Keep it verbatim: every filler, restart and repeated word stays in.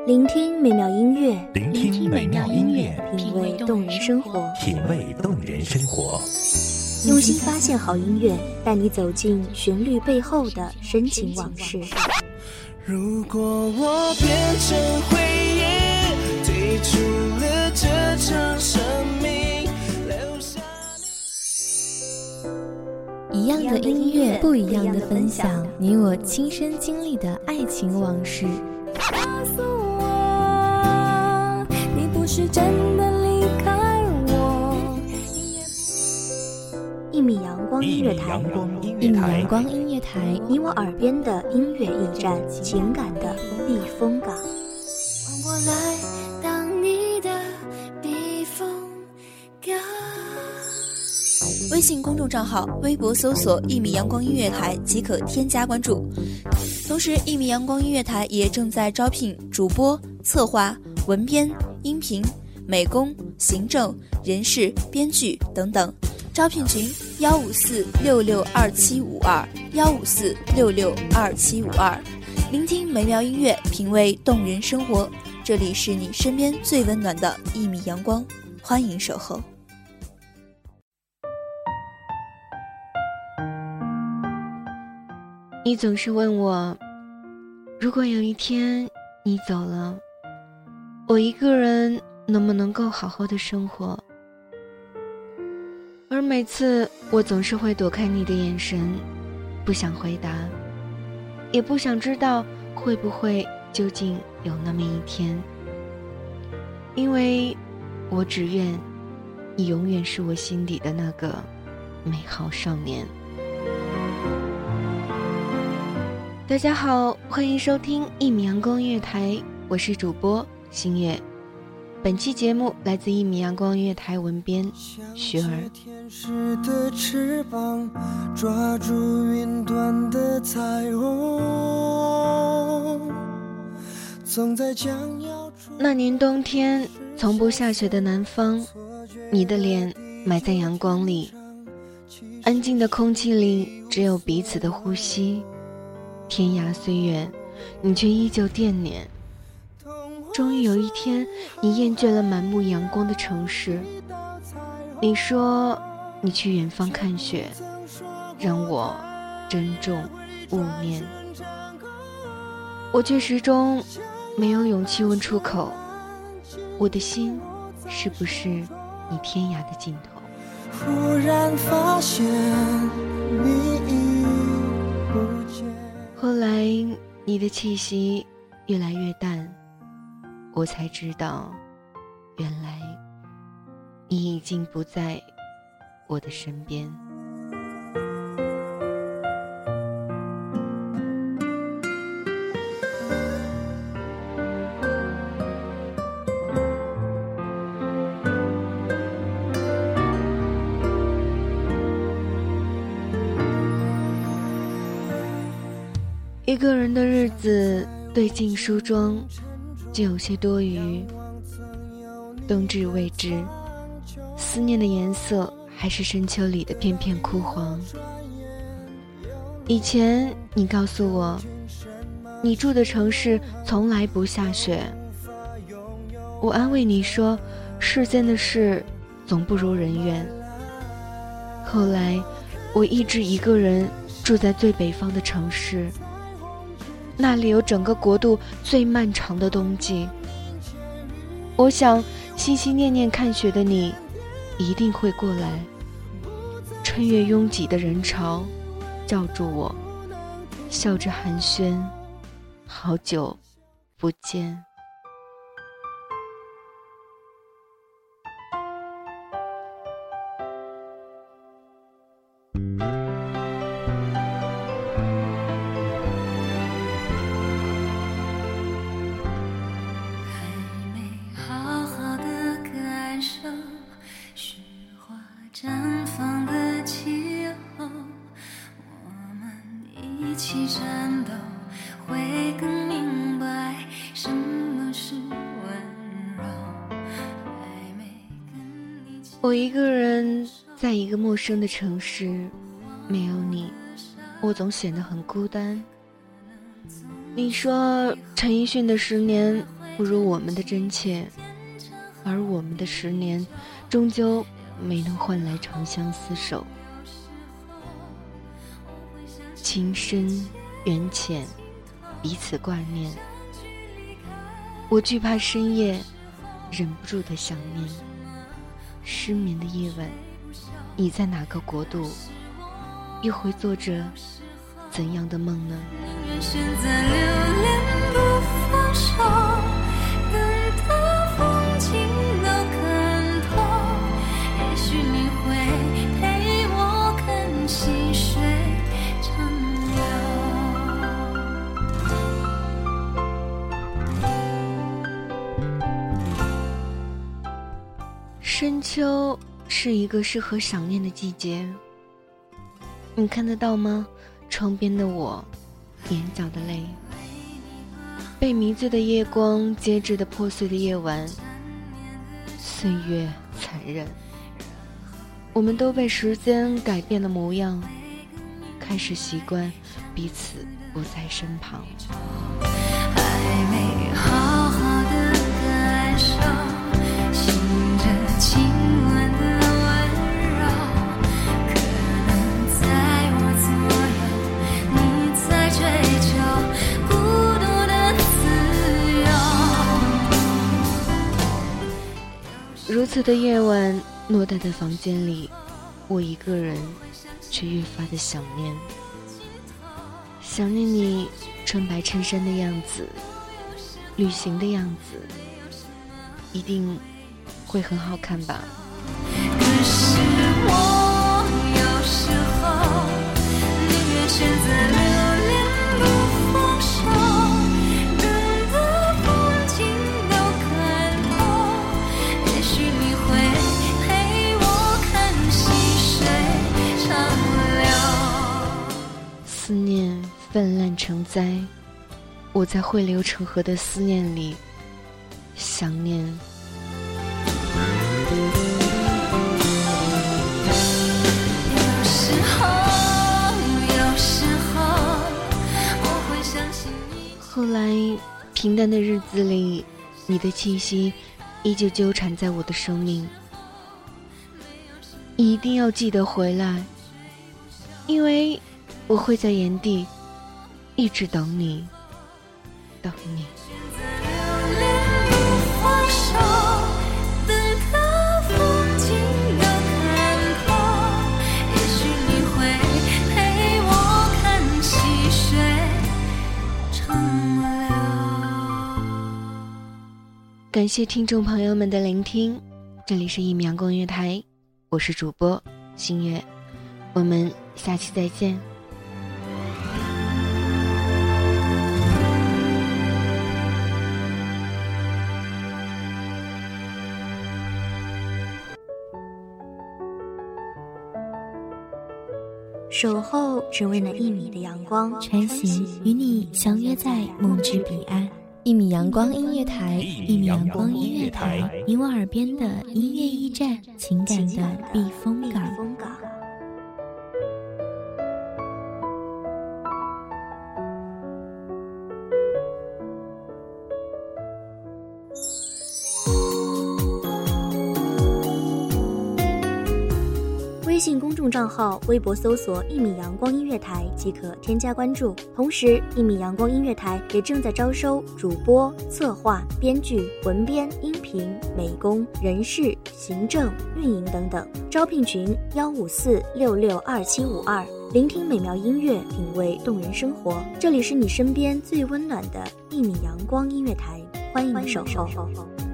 聆听美妙音乐， 聆听美妙音乐， 品味动人生活， 品味动人生活。 用心发现好音乐，带你走进旋律背后的深情往事。 如果我变成回忆，退出了这场生命，留下一样的音乐，不一样的分享，你我亲身经历的爱情往事。 告诉我，你不是真的离开我。 一米阳光音乐台， 一米阳光音乐台， 你我耳边的音乐驿站，情感的避风港。 让我来当你的避风港。 微信公众账号、微博搜索“一米阳光音乐台”即可添加关注。同时，一米阳光音乐台也正在招聘主播、策划、文编、音频、美工、行政、人事、编剧等等。招聘群：幺五四六六二七五二幺五四六六二七五二。聆听美妙音乐，品味动人生活。这里是你身边最温暖的一米阳光，欢迎守候。 你总是问我，如果有一天你走了，我一个人能不能够好好的生活？而每次我总是会躲开你的眼神，不想回答，也不想知道会不会究竟有那么一天，因为我只愿你永远是我心底的那个美好少年。大家好，欢迎收听一米阳光音乐台，我是主播星月。本期节目来自一米阳光音乐台文编雪儿。 天使的翅膀抓住云端的彩虹，总在将要那年冬天，从不下雪的南方，你的脸埋在阳光里，安静的空气里只有彼此的呼吸。天涯虽远，你却依旧惦念。终于有一天，你厌倦了满目阳光的城市，你说你去远方看雪，让我珍重勿念。我却始终没有勇气问出口，我的心是不是你天涯的尽头？ 忽然发现你已不见。 后来你的气息越来越淡，我才知道，原来你已经不在我的身边。一个人的日子对镜梳妆就有些多余，冬至未至，思念的颜色还是深秋里的片片枯黄。以前你告诉我，你住的城市从来不下雪，我安慰你说，世间的事总不如人愿。后来我一直一个人住在最北方的城市，那里有整个国度最漫长的冬季。我想心心念念看雪的你一定会过来，穿越拥挤的人潮，叫住我，笑着寒暄，好久不见。我一个人在一个陌生的城市，没有你，我总显得很孤单。你说陈奕迅的十年不如我们的真切，而我们的十年终究没能换来长相厮守。情深缘浅，彼此挂念，我惧怕深夜忍不住的想念。失眠的夜晚，你在哪个国度，又会做着怎样的梦呢？ 宁愿选择留恋不放手，等到风景都看透，也许你会陪我看细水长流。深秋是一个适合想念的季节，你看得到吗？窗边的我，眼角的泪，被迷醉的夜光接着的破碎的夜晚，岁月残忍，我们都被时间改变了模样，开始习惯彼此不在身旁， 还没好好的感受醒着亲吻的温柔，可能在我左右，你在追求孤独的自由。 如此的夜晚，偌大的房间里，我一个人却越发的想念，想念你穿白衬衫的样子，旅行的样子，一定会很好看吧。 可是我有时候宁愿选择留恋不放手，等到风景都看透，也许你会陪我看细水长流。 思念泛滥成灾，我在汇流成河的思念里想念。 有时候有时候我会相信你。 后来平淡的日子里，你的气息依旧纠缠在我的生命，你一定要记得回来，因为我会在原地一直等你，等你。 留恋不放手，等到风景都看透，也许你会陪我看细水长流。 感谢听众朋友们的聆听，这里是一米阳光音乐台，我是主播星月，我们下期再见。 守候只为那一米的阳光， 穿行与你相约在梦之彼岸。一米阳光音乐台，一米阳光音乐台，你我耳边的音乐驿站，情感的避风港。 微信公众账号、微博搜索“一米阳光音乐台”即可添加关注。同时，一米阳光音乐台也正在招收主播、策划、编剧、文编、音频、美工、人事、行政、运营等等。招聘群：幺五四六六二七五二。聆听美妙音乐，品味动人生活。这里是你身边最温暖的一米阳光音乐台，欢迎守候。